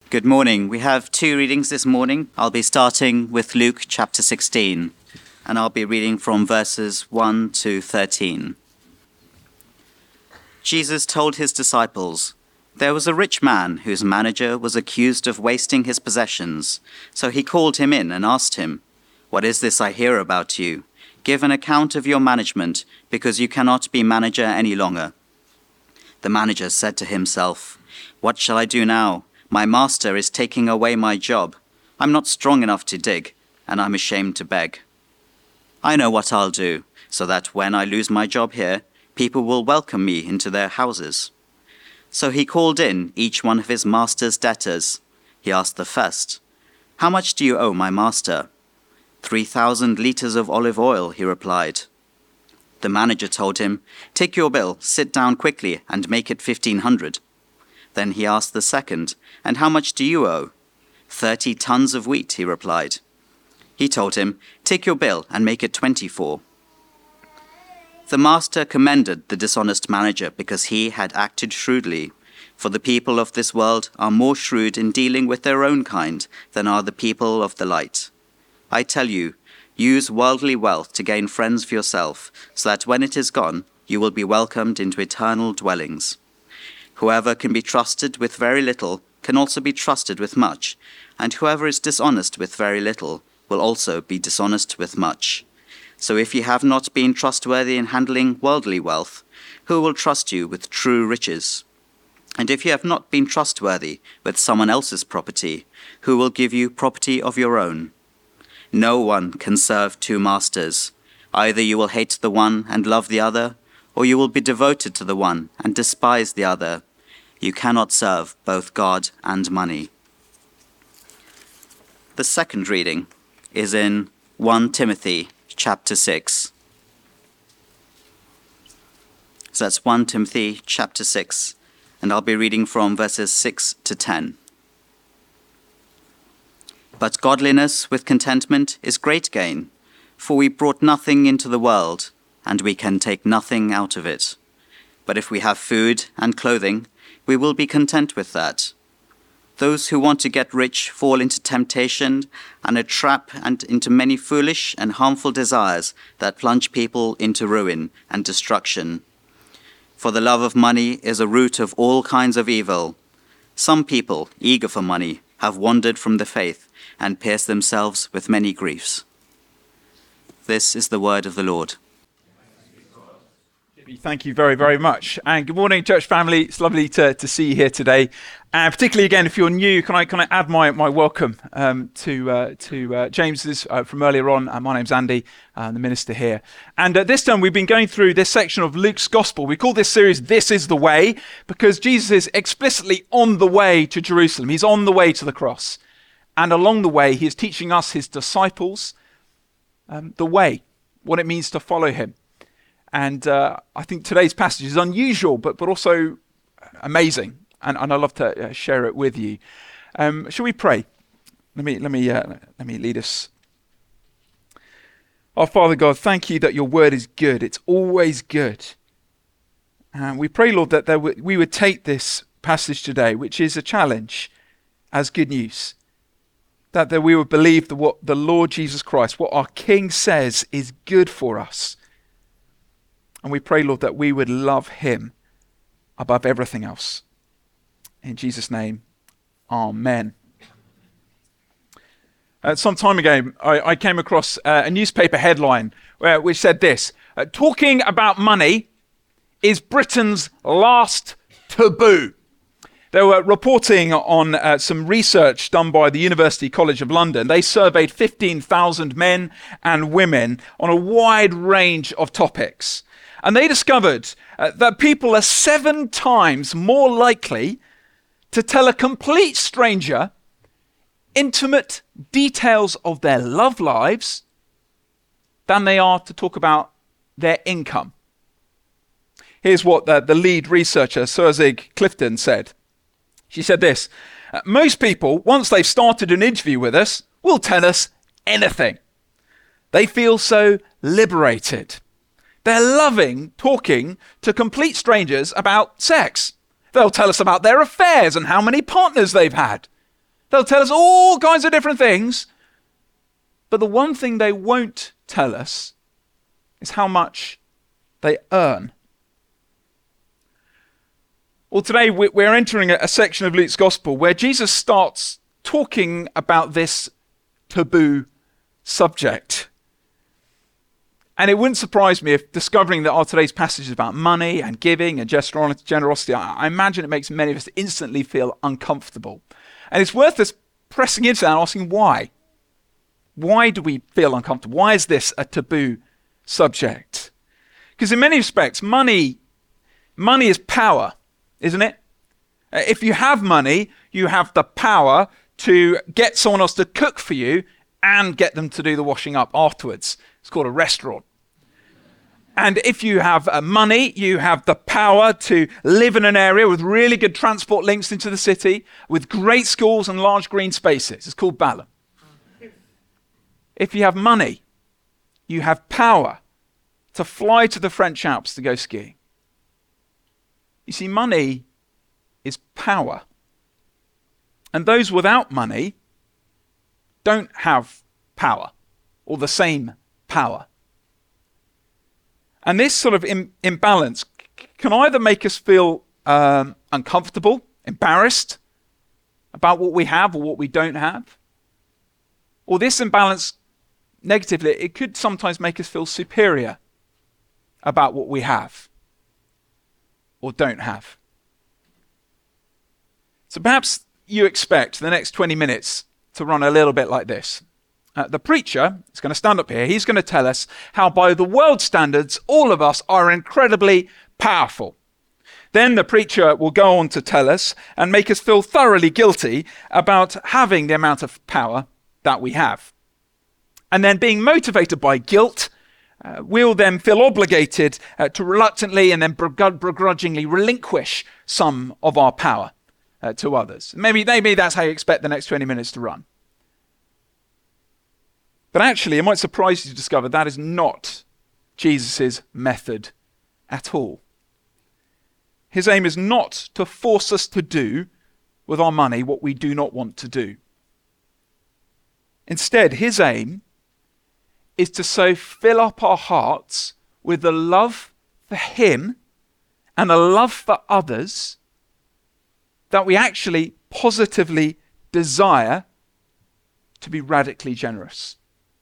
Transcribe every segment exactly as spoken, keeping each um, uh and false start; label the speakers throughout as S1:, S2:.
S1: Good morning. We have two readings this morning. I'll be starting with Luke chapter sixteen, and I'll be reading from verses one to thirteen. Jesus told his disciples, "There was a rich man whose manager was accused of wasting his possessions. So he called him in and asked him, 'What is this I hear about you? Give an account of your management, because you cannot be manager any longer.' The manager said to himself, 'What shall I do now? My master is taking away my job. I'm not strong enough to dig, and I'm ashamed to beg. I know what I'll do, so that when I lose my job here, people will welcome me into their houses.' So he called in each one of his master's debtors. He asked the first, 'How much do you owe my master?' Three thousand liters of olive oil,' he replied. The manager told him, 'Take your bill, sit down quickly, and make it fifteen hundred. Then he asked the second, 'And how much do you owe?' Thirty tons of wheat,' he replied. He told him, 'Take your bill and make it twenty-four.' The master commended the dishonest manager because he had acted shrewdly. For the people of this world are more shrewd in dealing with their own kind than are the people of the light. I tell you, use worldly wealth to gain friends for yourself, so that when it is gone, you will be welcomed into eternal dwellings. Whoever can be trusted with very little can also be trusted with much, and whoever is dishonest with very little will also be dishonest with much. So if you have not been trustworthy in handling worldly wealth, who will trust you with true riches? And if you have not been trustworthy with someone else's property, who will give you property of your own? No one can serve two masters. Either you will hate the one and love the other, or you will be devoted to the one and despise the other. You cannot serve both God and money." The second reading is in First Timothy chapter six. So that's First Timothy chapter six, and I'll be reading from verses six to ten. "But godliness with contentment is great gain, for we brought nothing into the world, and we can take nothing out of it. But if we have food and clothing, we will be content with that. Those who want to get rich fall into temptation and a trap and into many foolish and harmful desires that plunge people into ruin and destruction. For the love of money is a root of all kinds of evil. Some people, eager for money, have wandered from the faith and pierced themselves with many griefs." This is the word of the Lord.
S2: Thank you very, very much. And good morning, church family. It's lovely to, to see you here today. And particularly, again, if you're new, can I can I add my, my welcome um, to uh, to uh, James's uh, from earlier on. Uh, my name's Andy, I'm the minister here. And uh, this time we've been going through this section of Luke's Gospel. We call this series "This is the Way" because Jesus is explicitly on the way to Jerusalem. He's on the way to the cross. And along the way, he is teaching us, his disciples, um, the way, what it means to follow him. And uh, I think today's passage is unusual, but but also amazing, and, and I'd love to uh, share it with you. Um, shall we pray? Let me let me uh, let me lead us. Our Father God, thank you that your word is good. It's always good, and we pray, Lord, that there w- we would take this passage today, which is a challenge, as good news. That that we would believe that what the Lord Jesus Christ, what our King says, is good for us. And we pray, Lord, that we would love him above everything else. In Jesus' name, amen. Uh, some time ago, I, I came across uh, a newspaper headline uh, which said this, uh, "Talking about money is Britain's last taboo." They were reporting on uh, some research done by the University College of London. They surveyed fifteen thousand men and women on a wide range of topics. And they discovered uh, that people are seven times more likely to tell a complete stranger intimate details of their love lives than they are to talk about their income. Here's what the, the lead researcher, Surzig Clifton, said. She said this, "Most people, once they've started an interview with us, will tell us anything. They feel so liberated. They're loving talking to complete strangers about sex. They'll tell us about their affairs and how many partners they've had. They'll tell us all kinds of different things. But the one thing they won't tell us is how much they earn. Well, today we're entering a section of Luke's Gospel where Jesus starts talking about this taboo subject. And it wouldn't surprise me if discovering that our today's passage is about money and giving and generosity, I imagine it makes many of us instantly feel uncomfortable. And it's worth us pressing into that and asking why. Why do we feel uncomfortable? Why is this a taboo subject? Because in many respects, money, money is power, isn't it? If you have money, you have the power to get someone else to cook for you and get them to do the washing up afterwards. It's called a restaurant. And if you have uh, money, you have the power to live in an area with really good transport links into the city, with great schools and large green spaces. It's called Balham. If you have money, you have power to fly to the French Alps to go skiing. You see, money is power. And those without money don't have power, or the same power. And this sort of im- imbalance can either make us feel um, uncomfortable, embarrassed about what we have or what we don't have, or this imbalance, negatively, it could sometimes make us feel superior about what we have or don't have. So perhaps you expect the next twenty minutes to run a little bit like this. Uh, the preacher is going to stand up here. He's going to tell us how by the world standards, all of us are incredibly powerful. Then the preacher will go on to tell us and make us feel thoroughly guilty about having the amount of power that we have. And then being motivated by guilt, uh, we'll then feel obligated uh, to reluctantly and then begrudgingly relinquish some of our power uh, to others. Maybe, maybe that's how you expect the next twenty minutes to run. But actually, it might surprise you to discover that is not Jesus' method at all. His aim is not to force us to do with our money what we do not want to do. Instead, his aim is to so fill up our hearts with a love for him and a love for others that we actually positively desire to be radically generous.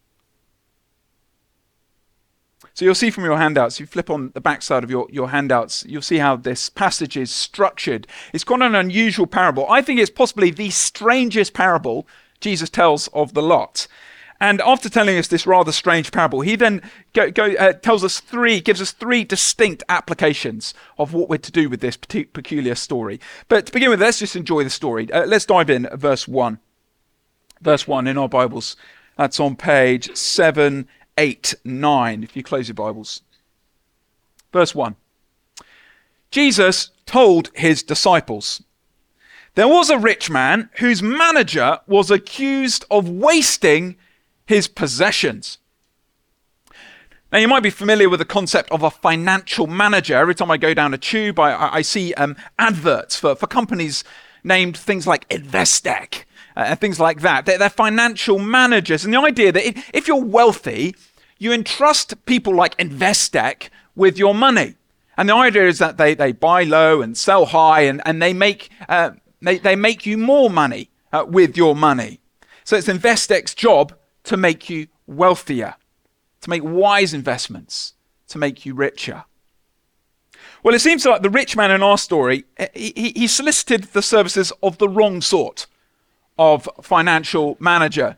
S2: So you'll see from your handouts, you flip on the backside of your, your handouts, you'll see how this passage is structured. It's quite an unusual parable. I think it's possibly the strangest parable Jesus tells of the lot. And after telling us this rather strange parable, he then go, go, uh, tells us three, gives us three distinct applications of what we're to do with this peculiar story. But to begin with, let's just enjoy the story. Uh, let's dive in at verse one. Verse one in our Bibles. That's on page seven eight, nine, if you close your Bibles. Verse one. Jesus told his disciples, "There was a rich man whose manager was accused of wasting his possessions." Now, you might be familiar with the concept of a financial manager. Every time I go down a tube, I, I see um, adverts for, for companies named things like Investec uh, and things like that. They're, they're financial managers. And the idea that if, if you're wealthy, you entrust people like Investec with your money. And the idea is that they, they buy low and sell high, and, and they make uh, they, they make you more money uh, with your money. So it's Investec's job to make you wealthier, to make wise investments, to make you richer. Well, it seems like the rich man in our story, he, he solicited the services of the wrong sort of financial manager.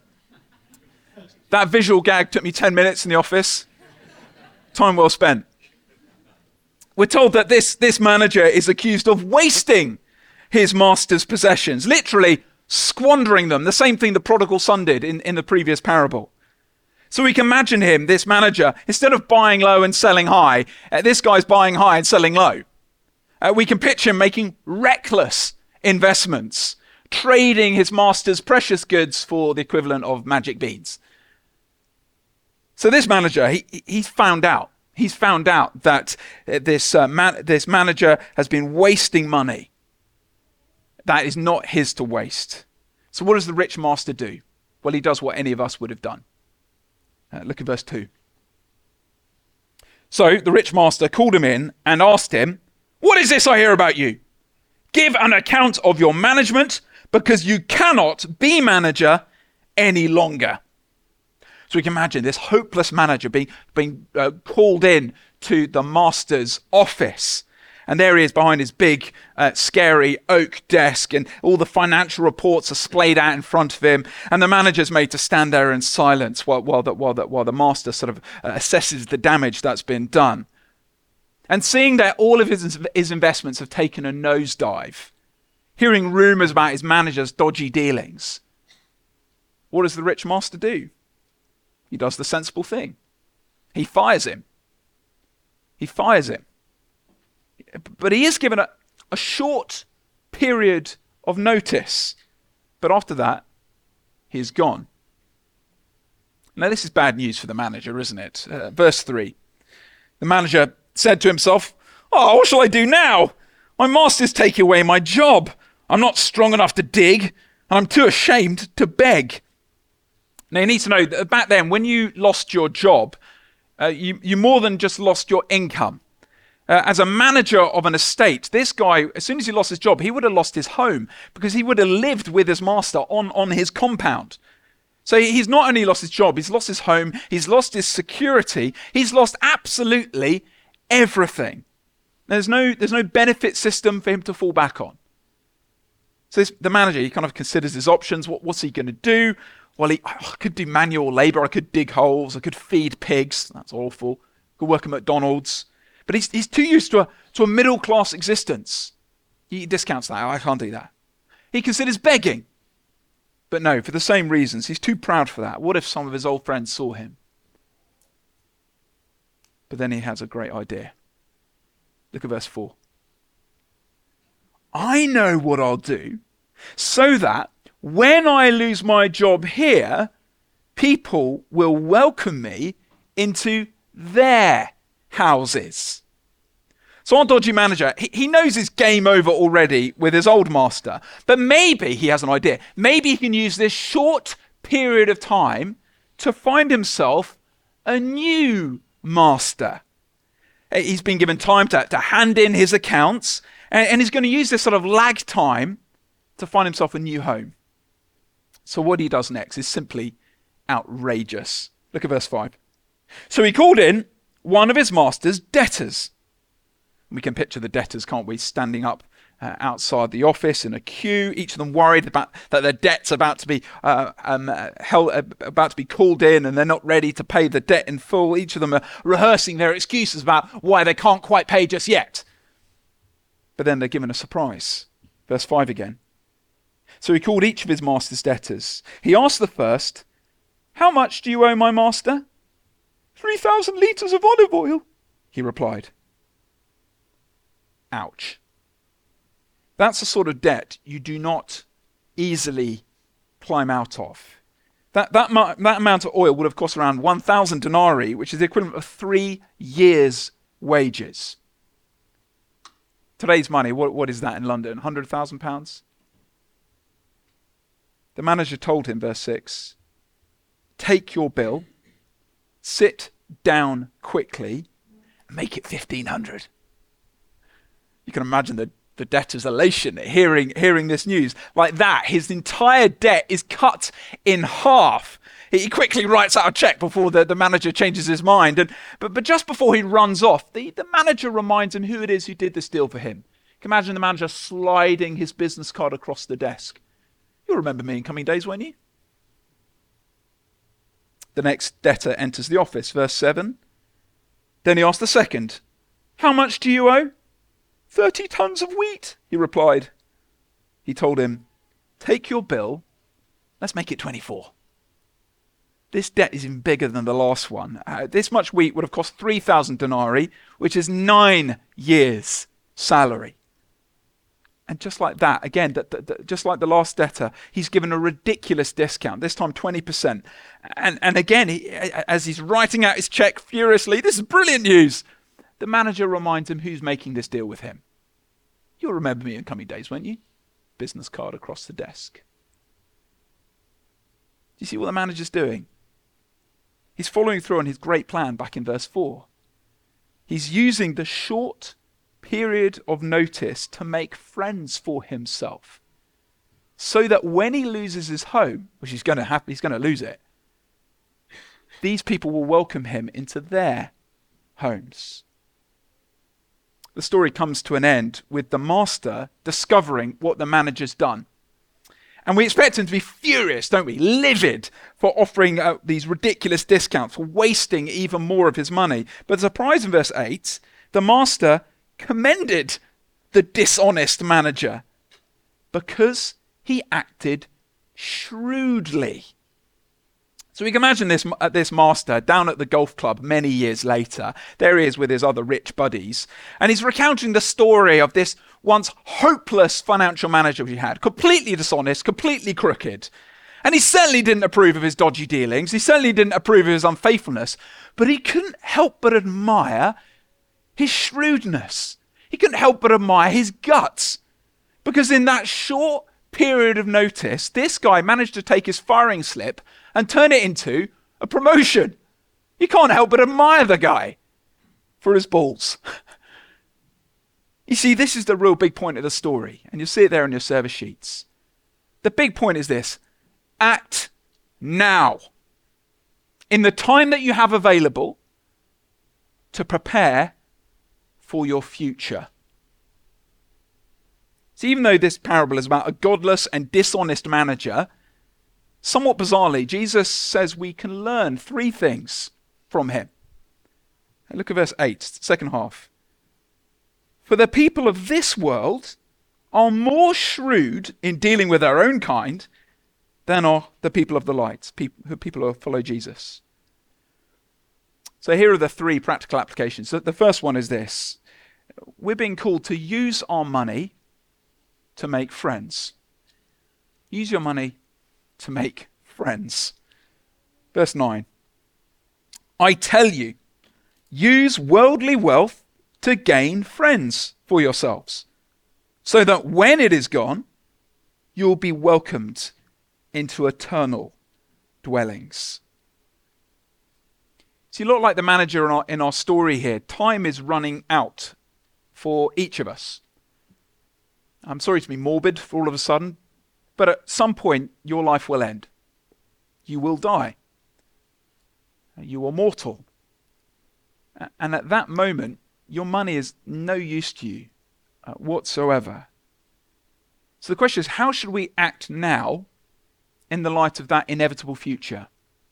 S2: That visual gag took me ten minutes in the office. Time well spent. We're told that this, this manager is accused of wasting his master's possessions, literally squandering them, the same thing the prodigal son did in, in the previous parable. So we can imagine him, this manager, instead of buying low and selling high, uh, this guy's buying high and selling low. Uh, we can picture him making reckless investments, trading his master's precious goods for the equivalent of magic beans. So this manager, he, he's found out. He's found out that this, uh, man, this manager has been wasting money. That is not his to waste. So what does the rich master do? Well, he does what any of us would have done. Uh, look at verse two. So the rich master called him in and asked him, "What is this I hear about you? Give an account of your management, because you cannot be manager any longer." So we can imagine this hopeless manager being, being uh, called in to the master's office. And there he is behind his big, uh, scary oak desk, and all the financial reports are splayed out in front of him. And the manager's made to stand there in silence while, while, the, while, the, while the master sort of uh, assesses the damage that's been done. And seeing that all of his, his investments have taken a nosedive, hearing rumors about his manager's dodgy dealings, what does the rich master do? He does the sensible thing. He fires him. He fires him. But he is given a, a short period of notice. But after that, he is gone. Now this is bad news for the manager, isn't it? Uh, verse three. The manager said to himself, "Oh, what shall I do now? My master's taking away my job. I'm not strong enough to dig, and I'm too ashamed to beg." Now you need to know that back then, when you lost your job, uh, you, you more than just lost your income. Uh, as a manager of an estate, this guy, as soon as he lost his job, he would have lost his home, because he would have lived with his master on, on his compound. So he's not only lost his job, he's lost his home, he's lost his security, he's lost absolutely everything. There's no, there's no benefit system for him to fall back on. So this, the manager, he kind of considers his options. What, what's he going to do? Well, he, I could do manual labor, I could dig holes, I could feed pigs. That's awful. Could work at McDonald's. But he's, he's too used to a, to a middle-class existence. He discounts that. Oh, I can't do that. He considers begging. But no, for the same reasons. He's too proud for that. What if some of his old friends saw him? But then he has a great idea. Look at verse four. "I know what I'll do, so that when I lose my job here, people will welcome me into their houses." So our dodgy manager, he, he knows it's game over already with his old master, but maybe he has an idea. Maybe he can use this short period of time to find himself a new master. He's been given time to, to hand in his accounts, and, and he's going to use this sort of lag time to find himself a new home. So what he does next is simply outrageous. Look at verse five. "So he called in one of his master's debtors." We can picture the debtors, can't we, standing up uh, outside the office in a queue, each of them worried about that their debt's about to be uh, um, uh, held, uh, about to be called in, and they're not ready to pay the debt in full. Each of them are rehearsing their excuses about why they can't quite pay just yet. But then they're given a surprise. Verse five again. "So he called each of his master's debtors. He asked the first, 'How much do you owe my master?' Three thousand litres of olive oil," he replied. Ouch. That's the sort of debt you do not easily climb out of. That, that, that amount of oil would have cost around one thousand denarii, which is the equivalent of three years' wages. Today's money, what, what is that in London? one hundred thousand pounds? The manager told him, verse six, "Take your bill, sit down quickly, and make it fifteen hundred. You can imagine the, the debtor's elation at hearing, hearing this news. Like that, his entire debt is cut in half. He quickly writes out a check before the, the manager changes his mind. And but, but just before he runs off, the, the manager reminds him who it is who did this deal for him. You can imagine the manager sliding his business card across the desk. You'll remember me in coming days, won't you? The next debtor enters the office, verse seven. Then he asked the second, "How much do you owe?" Thirty tons of wheat, he replied. He told him, "Take your bill, let's make it twenty-four. This debt is even bigger than the last one. Uh, this much wheat would have cost three thousand denarii, which is nine years' salary." And just like that, again, that, that, that, just like the last debtor, he's given a ridiculous discount, this time twenty percent. And, and again, he, as he's writing out his check furiously, this is brilliant news. The manager reminds him who's making this deal with him. You'll remember me in coming days, won't you? Business card across the desk. you see what the manager's doing? He's following through on his great plan back in verse four. He's using the short period of notice to make friends for himself, so that when he loses his home, which he's going to have, he's going to lose it, these people will welcome him into their homes. The story comes to an end with the master discovering what the manager's done. And we expect him to be furious, don't we? Livid for offering out these ridiculous discounts, for wasting even more of his money. But the surprise in verse eight, the master commended the dishonest manager because he acted shrewdly. So we can imagine this, uh, this master down at the golf club many years later. There he is with his other rich buddies. And he's recounting the story of this once hopeless financial manager he had. Completely dishonest, completely crooked. And he certainly didn't approve of his dodgy dealings. He certainly didn't approve of his unfaithfulness. But he couldn't help but admire his shrewdness. He couldn't help but admire his guts. Because in that short period of notice, this guy managed to take his firing slip and turn it into a promotion. You can't help but admire the guy for his balls. You see, this is the real big point of the story, and you'll see it there on your service sheets. The big point is this: act now, in the time that you have available, to prepare for your future. So even though this parable is about a godless and dishonest manager, somewhat bizarrely, Jesus says we can learn three things from him. Look at verse eight, second half. For the people of this world are more shrewd in dealing with their own kind than are the people of the light, people, people who follow Jesus. So here are the three practical applications. The first one is this: we're being called to use our money to make friends. Use your money to make friends. Verse nine. I tell you, use worldly wealth to gain friends for yourselves, so that when it is gone, you'll be welcomed into eternal dwellings. See, a lot like the manager in our, in our story here, time is running out for each of us. I'm sorry to be morbid for all of a sudden, but at some point your life will end. You will die. You are mortal. And at that moment, your money is no use to you uh, whatsoever. So the question is, how should we act now in the light of that inevitable future?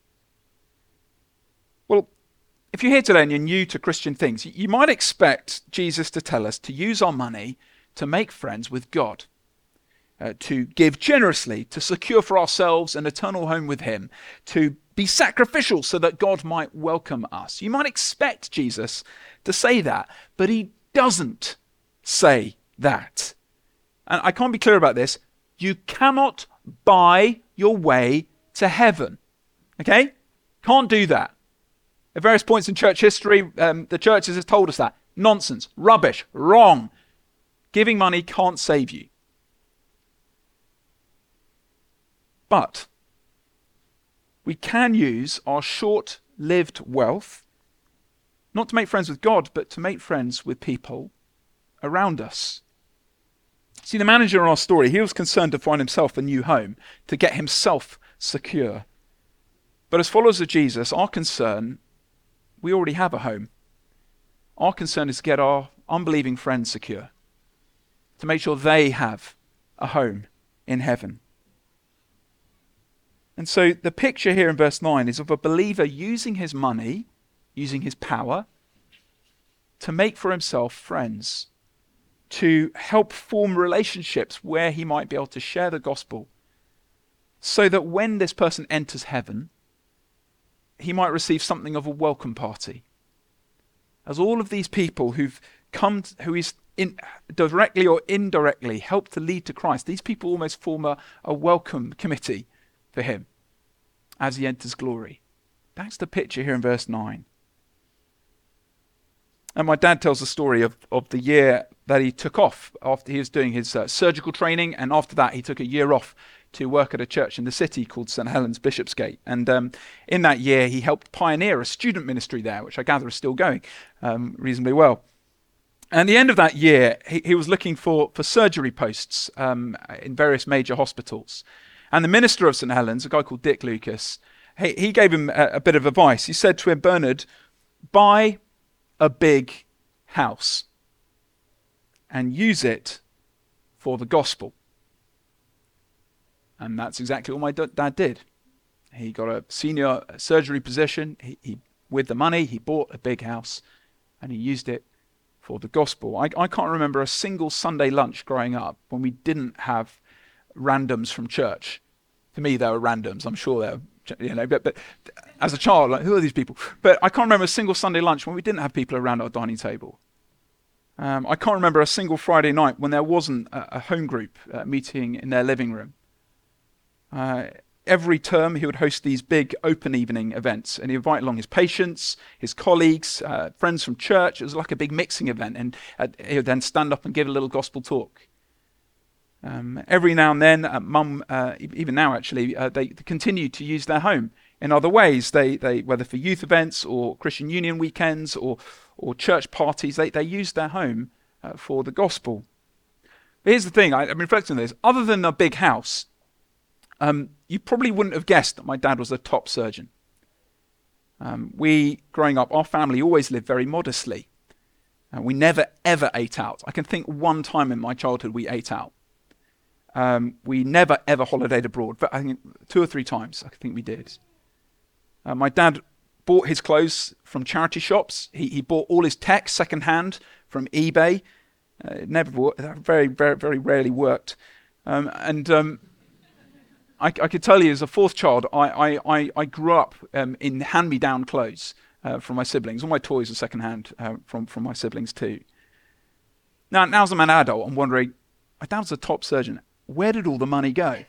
S2: Well, if you're here today and you're new to Christian things, you might expect Jesus to tell us to use our money to make friends with God, uh, to give generously, to secure for ourselves an eternal home with him, to be sacrificial so that God might welcome us. You might expect Jesus to say that, but he doesn't say that. And I can't be clear about this. You cannot buy your way to heaven. Okay? Can't do that. At various points in church history, um, the churches have told us that. Nonsense. Rubbish. Wrong. Giving money can't save you. But we can use our short-lived wealth not to make friends with God, but to make friends with people around us. See, the manager in our story, he was concerned to find himself a new home, to get himself secure. But as followers of Jesus, our concern, we already have a home. Our concern is to get our unbelieving friends secure, to make sure they have a home in heaven. And so the picture here in verse nine is of a believer using his money, using his power, to make for himself friends, to help form relationships where he might be able to share the gospel, so that when this person enters heaven, he might receive something of a welcome party. As all of these people who've come, to, who he's in, directly or indirectly helped to lead to Christ, these people almost form a, a welcome committee for him as he enters glory. That's the picture here in verse nine. And my dad tells the story of, of the year that he took off after he was doing his uh, surgical training, and after that he took a year off to work at a church in the city called St Helens Bishopsgate. And um, in that year, he helped pioneer a student ministry there, which I gather is still going um, reasonably well. And at the end of that year, he, he was looking for, for surgery posts um, in various major hospitals. And the minister of St Helens, a guy called Dick Lucas, he, he gave him a, a bit of advice. He said to him, Bernard, buy a big house and use it for the gospel. And that's exactly what my d- dad did. He got a senior surgery position. He, he, with the money, he bought a big house and he used it for the gospel. I, I can't remember a single Sunday lunch growing up when we didn't have randoms from church. To me, they were randoms. I'm sure they were, you know, but, but as a child, like, who are these people? But I can't remember a single Sunday lunch when we didn't have people around our dining table. Um, I can't remember a single Friday night when there wasn't a, a home group uh, meeting in their living room. Uh, every term he would host these big open evening events, and he invited along his patients, his colleagues, uh, friends from church. It was like a big mixing event, and uh, he would then stand up and give a little gospel talk. Um, every now and then, uh, mum, uh, even now actually, uh, they continue to use their home in other ways. They, they, whether for youth events or Christian Union weekends or or church parties, they, they use their home uh, for the gospel. But here's the thing, I, I'm reflecting on this. Other than a big house, um, you probably wouldn't have guessed that my dad was a top surgeon. Um, we, growing up, our family always lived very modestly. Uh, we never, ever ate out. I can think one time in my childhood we ate out. Um, we never, ever holidayed abroad, but I think two or three times I think we did. Uh, my dad bought his clothes from charity shops. He, he bought all his tech secondhand from eBay. Uh, it never worked, very, very, very rarely worked. Um, and um, I, I could tell you, as a fourth child, I, I, I grew up um, in hand-me-down clothes uh, from my siblings. All my toys are secondhand uh, from, from my siblings too. Now, now as I'm an adult, I'm wondering, my dad was a top surgeon. Where did all the money go?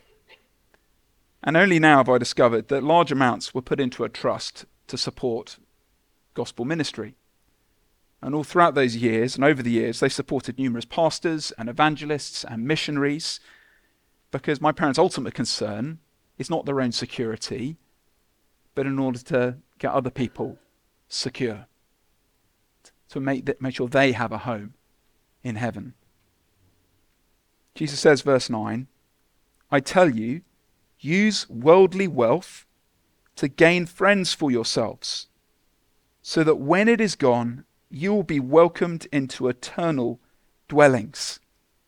S2: And only now have I discovered that large amounts were put into a trust to support gospel ministry. And all throughout those years and over the years, they supported numerous pastors and evangelists and missionaries, because my parents' ultimate concern is not their own security, but in order to get other people secure, to make, th- make sure they have a home in heaven. Jesus says, verse nine, I tell you, use worldly wealth to gain friends for yourselves, so that when it is gone, you will be welcomed into eternal dwellings.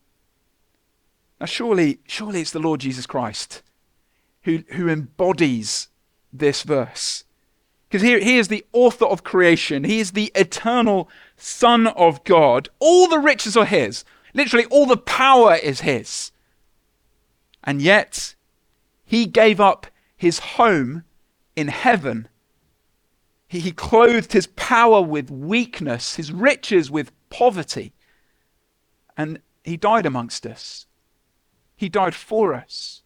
S2: Now surely, surely it's the Lord Jesus Christ who, who embodies this verse. Because here he is the author of creation. He is the eternal Son of God. All the riches are his. Literally all the power is his. And yet, he gave up his home in heaven. He, he clothed his power with weakness, his riches with poverty. And he died amongst us. He died for us.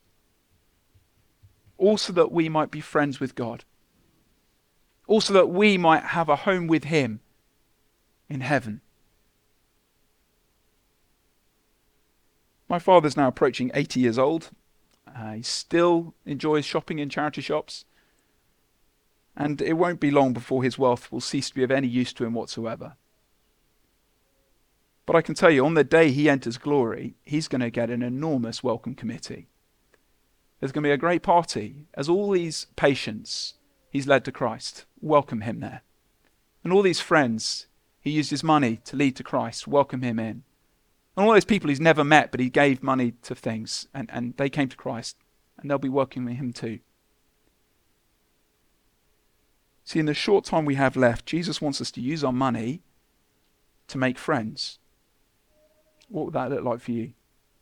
S2: Also that we might be friends with God. Also that we might have a home with him in heaven. My father's now approaching eighty years old. Uh, he still enjoys shopping in charity shops. And it won't be long before his wealth will cease to be of any use to him whatsoever. But I can tell you, on the day he enters glory, he's going to get an enormous welcome committee. There's going to be a great party as all these patients he's led to Christ welcome him there. And all these friends he used his money to lead to Christ welcome him in. And all those people he's never met, but he gave money to things, and, and they came to Christ, and they'll be welcoming him too. See, in the short time we have left, Jesus wants us to use our money to make friends. What would that look like for you?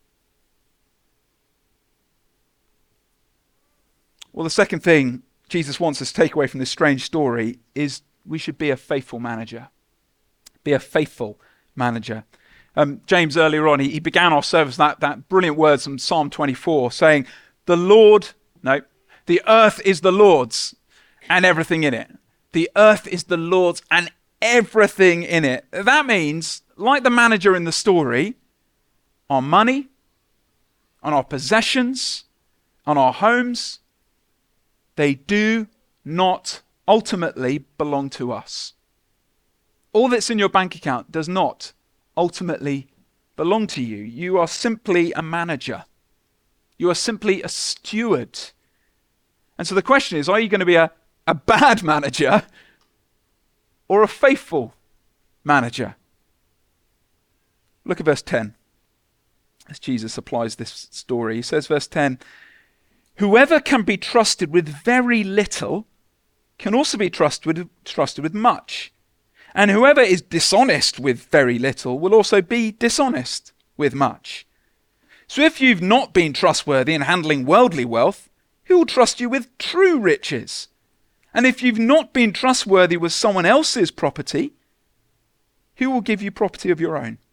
S2: Well, the second thing Jesus wants us to take away from this strange story is we should be a faithful manager. Be a faithful manager. Um, James earlier on, he, he began our service that that brilliant words from Psalm twenty-four, saying, "The Lord, no, the earth is the Lord's and everything in it. The earth is the Lord's and everything in it." That means, like the manager in the story, our money and our possessions and our homes, they do not ultimately belong to us. All that's in your bank account does not ultimately belong to you. You are simply a manager. You are simply a steward. And so the question is, are you going to be a, a bad manager or a faithful manager? Look at verse ten. As Jesus applies this story, he says, verse ten, whoever can be trusted with very little can also be trusted with, trusted with much. And whoever is dishonest with very little will also be dishonest with much. So if you've not been trustworthy in handling worldly wealth, who will trust you with true riches? And if you've not been trustworthy with someone else's property, who will give you property of your own?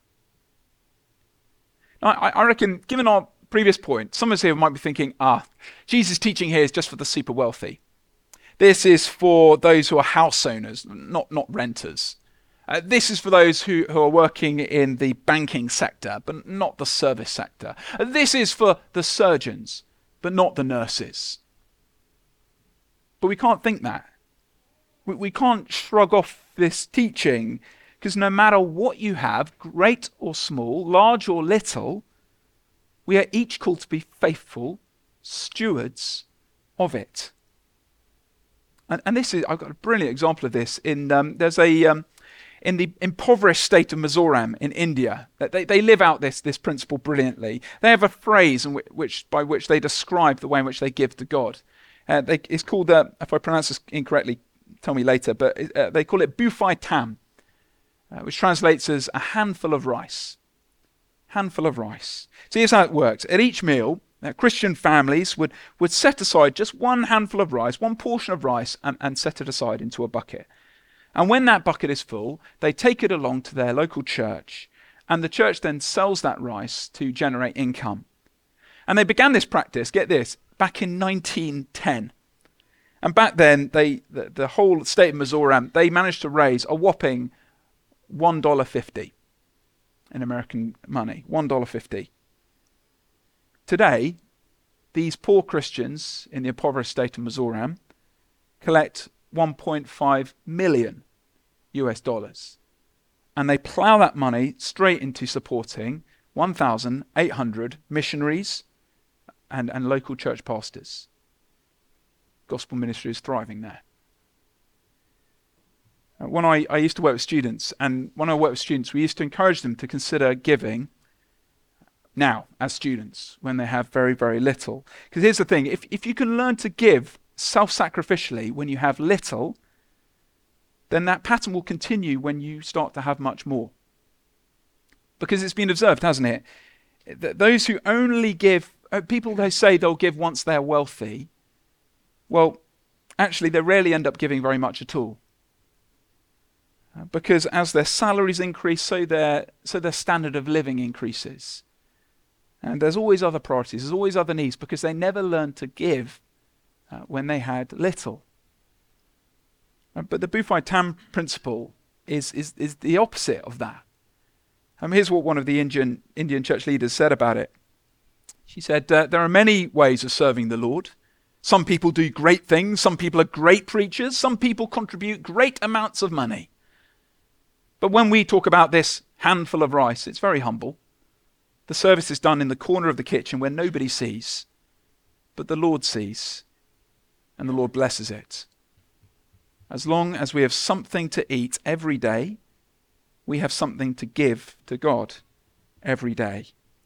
S2: Now, I, I reckon, given our previous point, some of us here might be thinking, ah, Jesus' teaching here is just for the super wealthy. This is for those who are house owners, not, not renters. Uh, this is for those who, who are working in the banking sector, but not the service sector. Uh, this is for the surgeons, but not the nurses. But we can't think that. We, we can't shrug off this teaching, because no matter what you have, great or small, large or little, we are each called to be faithful stewards of it. And, and this is, I've got a brilliant example of this. In um, there's a um, in the impoverished state of Mizoram in India. They they live out this this principle brilliantly. They have a phrase in which, which by which they describe the way in which they give to God. Uh, they, it's called, uh, if I pronounce this incorrectly, tell me later. But uh, they call it Bufai Tam, uh, which translates as a handful of rice. Handful of rice. So here's how it works. At each meal, Uh, Christian families would, would set aside just one handful of rice, one portion of rice, and, and set it aside into a bucket. And when that bucket is full, they take it along to their local church, and the church then sells that rice to generate income. And they began this practice, get this, back in nineteen ten. And back then, they the, the whole state of Mizoram, they managed to raise a whopping one dollar fifty in American money, one dollar fifty. Today, these poor Christians in the impoverished state of Mizoram collect one point five million U S dollars. And they plough that money straight into supporting one thousand eight hundred missionaries and, and local church pastors. Gospel ministry is thriving there. Uh, when I, I used to work with students, and when I worked with students, we used to encourage them to consider giving now as students when they have very, very little. Because here's the thing, if, if you can learn to give self-sacrificially when you have little, then that pattern will continue when you start to have much more. Because it's been observed, hasn't it? That those who only give, uh, people they say they'll give once they're wealthy, well, actually they rarely end up giving very much at all. Uh, because as their salaries increase, so their, so their standard of living increases. And there's always other priorities, there's always other needs, because they never learned to give uh, when they had little. Uh, but the Bufai Tam principle is, is, is the opposite of that. Um, here's what one of the Indian, Indian church leaders said about it. She said, uh, there are many ways of serving the Lord. Some people do great things, some people are great preachers, some people contribute great amounts of money. But when we talk about this handful of rice, it's very humble. The service is done in the corner of the kitchen where nobody sees, but the Lord sees, and the Lord blesses it. As long as we have something to eat every day, we have something to give to God every day.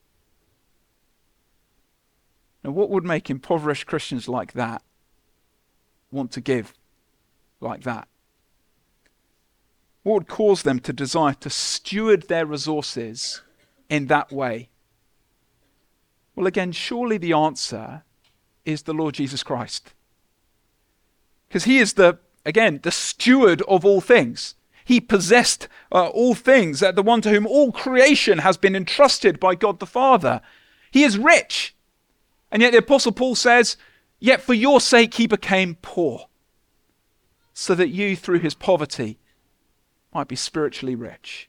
S2: Now, what would make impoverished Christians like that want to give like that? What would cause them to desire to steward their resources in that way? Well, again, surely the answer is the Lord Jesus Christ. Because he is the, again, the steward of all things. He possessed uh, all things, uh, the one to whom all creation has been entrusted by God the Father. He is rich. And yet the Apostle Paul says, yet for your sake he became poor, so that you through his poverty might be spiritually rich.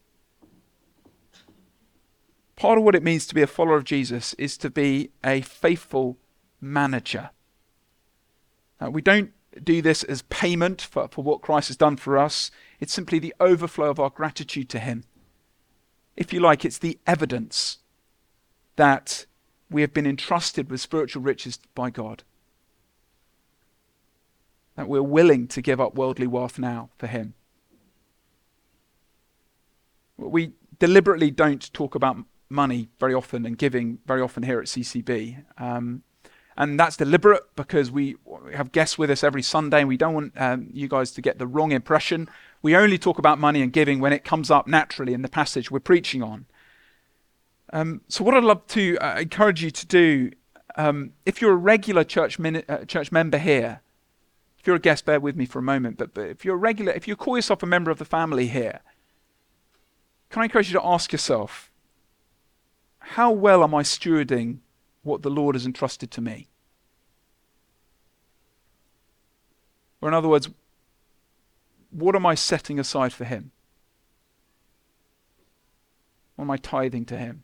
S2: Part of what it means to be a follower of Jesus is to be a faithful manager. Uh, we don't do this as payment for, for what Christ has done for us. It's simply the overflow of our gratitude to him. If you like, it's the evidence that we have been entrusted with spiritual riches by God. That we're willing to give up worldly wealth now for him. We deliberately don't talk about money very often and giving very often here at C C B. Um, and that's deliberate because we have guests with us every Sunday and we don't want um, you guys to get the wrong impression. We only talk about money and giving when it comes up naturally in the passage we're preaching on. Um, so what I'd love to uh, encourage you to do, um, if you're a regular church, min- uh, church member here, if you're a guest, bear with me for a moment, but, but if you're a regular, if you call yourself a member of the family here, can I encourage you to ask yourself, how well am I stewarding what the Lord has entrusted to me? Or in other words, what am I setting aside for him? What am I tithing to him?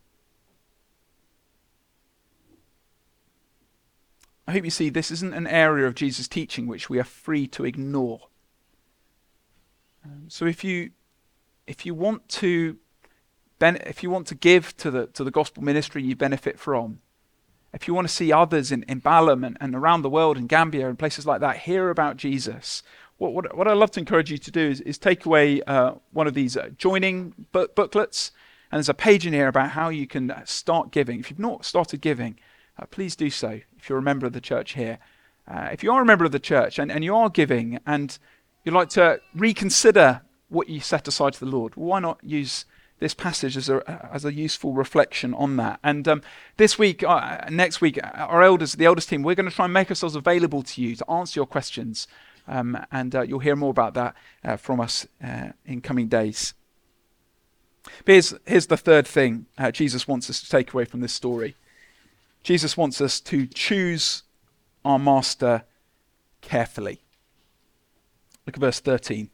S2: I hope you see this isn't an area of Jesus' teaching which we are free to ignore. Um, so if you if you want to ben- if you want to give to the to the gospel ministry you benefit from, if you want to see others in, in Balam and, and around the world in Gambia and places like that hear about Jesus, what what, what I'd love to encourage you to do is, is take away uh, one of these uh, joining book- booklets, and there's a page in here about how you can start giving. If you've not started giving, Uh, please do so if you're a member of the church here. Uh, if you are a member of the church and, and you are giving and you'd like to reconsider what you set aside to the Lord, why not use this passage as a as a useful reflection on that? And um, this week, uh, next week, our elders, the elders team, we're going to try and make ourselves available to you to answer your questions. Um, and uh, you'll hear more about that uh, from us uh, in coming days. But here's, here's the third thing uh, Jesus wants us to take away from this story. Jesus wants us to choose our master carefully. Look at verse thirteen.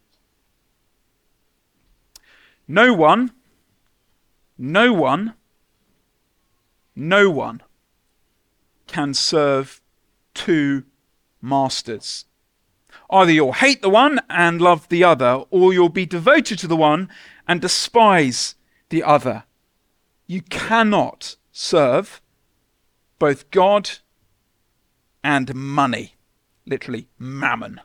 S2: No one, no one, no one can serve two masters. Either you'll hate the one and love the other, or you'll be devoted to the one and despise the other. You cannot serve both God and money, literally mammon.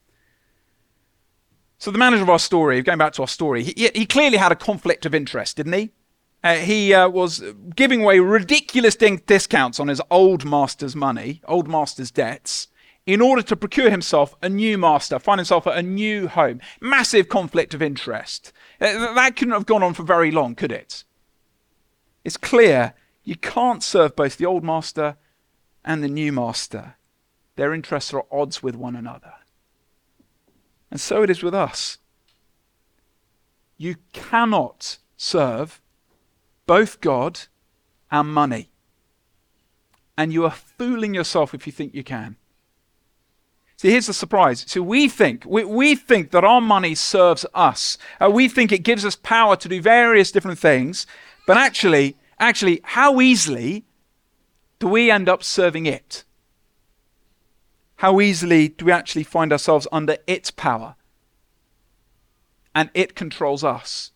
S2: So the manager of our story, going back to our story, he, he clearly had a conflict of interest, didn't he? Uh, he uh, was giving away ridiculous din- discounts on his old master's money, old master's debts, in order to procure himself a new master, find himself a new home. Massive conflict of interest. Uh, that couldn't have gone on for very long, could it? It's clear you can't serve both the old master and the new master. Their interests are at odds with one another. And so it is with us. You cannot serve both God and money. And you are fooling yourself if you think you can. See, here's the surprise. So we think, we, we think that our money serves us. Uh, we think it gives us power to do various different things. But actually, Actually, how easily do we end up serving it? How easily do we actually find ourselves under its power? And it controls us.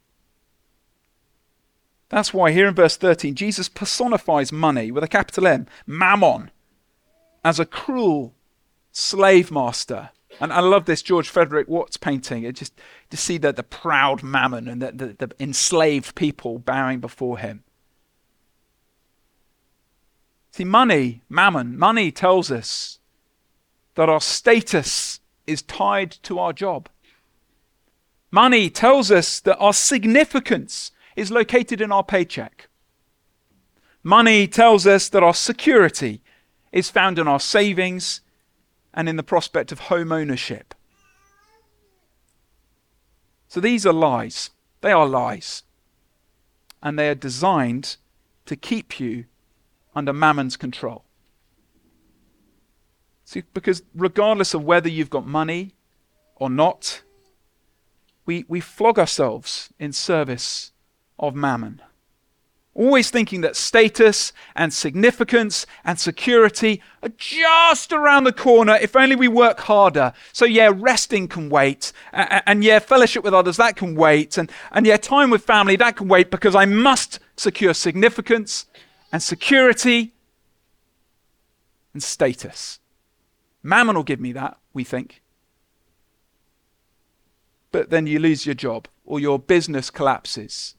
S2: That's why here in verse thirteen, Jesus personifies money with a capital M, mammon, as a cruel slave master. And I love this George Frederick Watts painting. It just to see the, the proud mammon and the, the, the enslaved people bowing before him. See, money, mammon, money tells us that our status is tied to our job. Money tells us that our significance is located in our paycheck. Money tells us that our security is found in our savings and in the prospect of home ownership. So these are lies. They are lies. And they are designed to keep you under mammon's control. See, because regardless of whether you've got money or not, we, we flog ourselves in service of mammon. Always thinking that status and significance and security are just around the corner if only we work harder. So yeah, resting can wait. And, and yeah, fellowship with others, that can wait. And, and yeah, time with family, that can wait because I must secure significance and security and status. Mammon will give me that, we think. But then you lose your job or your business collapses.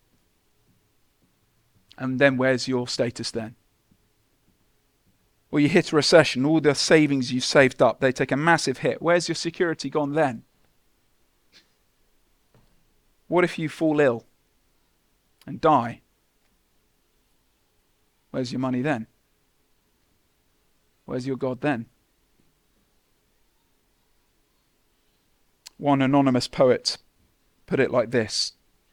S2: And then where's your status then? Or you hit a recession, all the savings you've saved up, they take a massive hit. Where's your security gone then? What if you fall ill and die? Where's your money then? Where's your God then? One anonymous poet put it like this: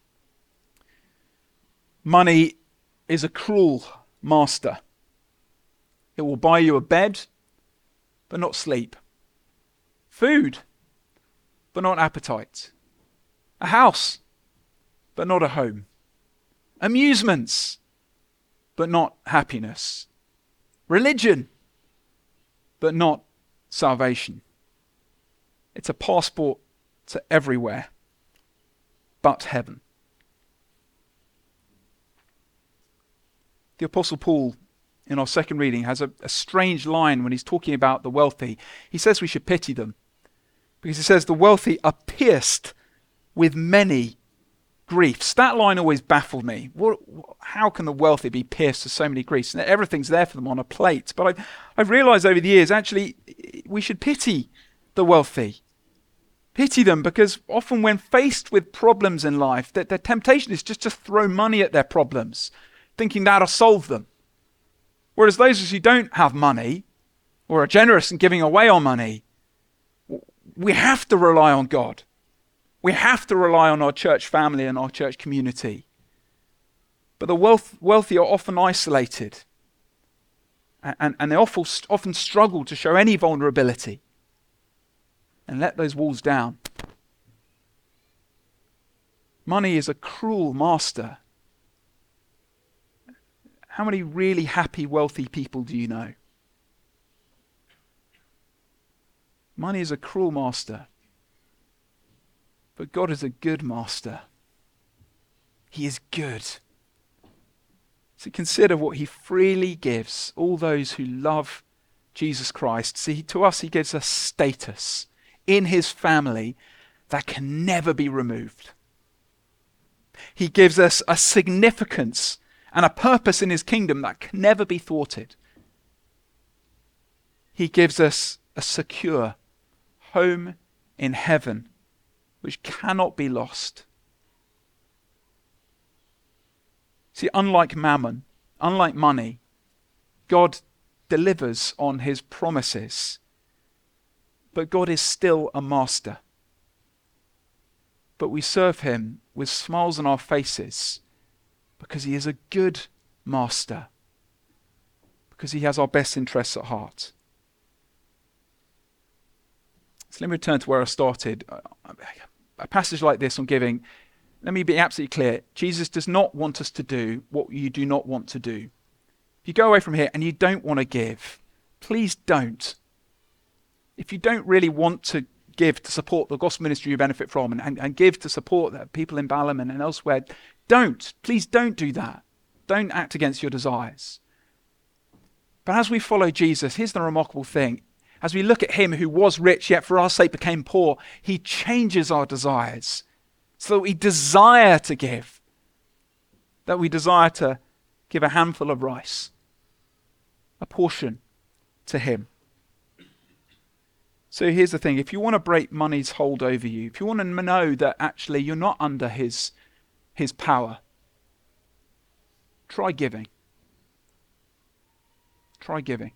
S2: money is a cruel master. It will buy you a bed, but not sleep. Food, but not appetite. A house, but not a home. Amusements, but not happiness. Religion, but not salvation. It's a passport to everywhere but heaven. The Apostle Paul, in our second reading, has a, a strange line when he's talking about the wealthy. He says we should pity them because he says the wealthy are pierced with many griefs. That line always baffled me. What, how can the wealthy be pierced with so many griefs? Everything's there for them on a plate. But I, I've realized over the years, actually, we should pity the wealthy. Pity them because often when faced with problems in life, that their temptation is just to throw money at their problems, thinking that'll solve them. Whereas those of us who don't have money or are generous in giving away our money, we have to rely on God. We have to rely on our church family and our church community. But the wealth, wealthy are often isolated and, and they often, often struggle to show any vulnerability and let those walls down. Money is a cruel master. How many really happy, wealthy people do you know? Money is a cruel master. But God is a good master. He is good. So consider what he freely gives all those who love Jesus Christ. See, to us he gives us status in his family that can never be removed. He gives us a significance and a purpose in his kingdom that can never be thwarted. He gives us a secure home in heaven which cannot be lost. See, unlike mammon, unlike money, God delivers on his promises. But God is still a master. But we serve him with smiles on our faces because he is a good master, because he has our best interests at heart. So let me return to where I started. A passage like this on giving, let me be absolutely clear. Jesus does not want us to do what you do not want to do. If you go away from here and you don't want to give, please don't. If you don't really want to give to support the gospel ministry you benefit from and, and, and give to support the people in Balham and elsewhere, don't. Please don't do that. Don't act against your desires. But as we follow Jesus, here's the remarkable thing. As we look at him who was rich, yet for our sake became poor, he changes our desires so that we desire to give, that we desire to give a handful of rice, a portion to him. So here's the thing. If you want to break money's hold over you, if you want to know that actually you're not under his, his power, try giving. Try giving.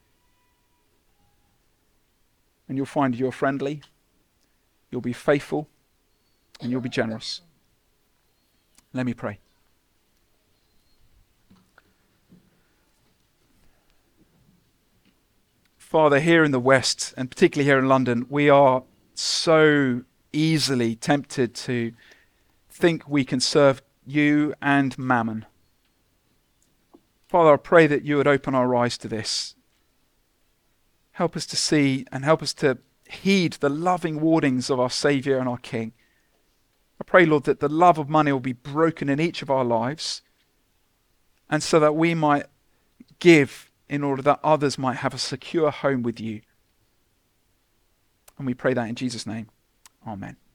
S2: And you'll find you're friendly, you'll be faithful, and you'll be generous. Let me pray. Father, here in the West, and particularly here in London, we are so easily tempted to think we can serve you and mammon. Father, I pray that you would open our eyes to this. Help us to see and help us to heed the loving warnings of our Saviour and our King. I pray, Lord, that the love of money will be broken in each of our lives, and so that we might give in order that others might have a secure home with you. And we pray that in Jesus' name. Amen.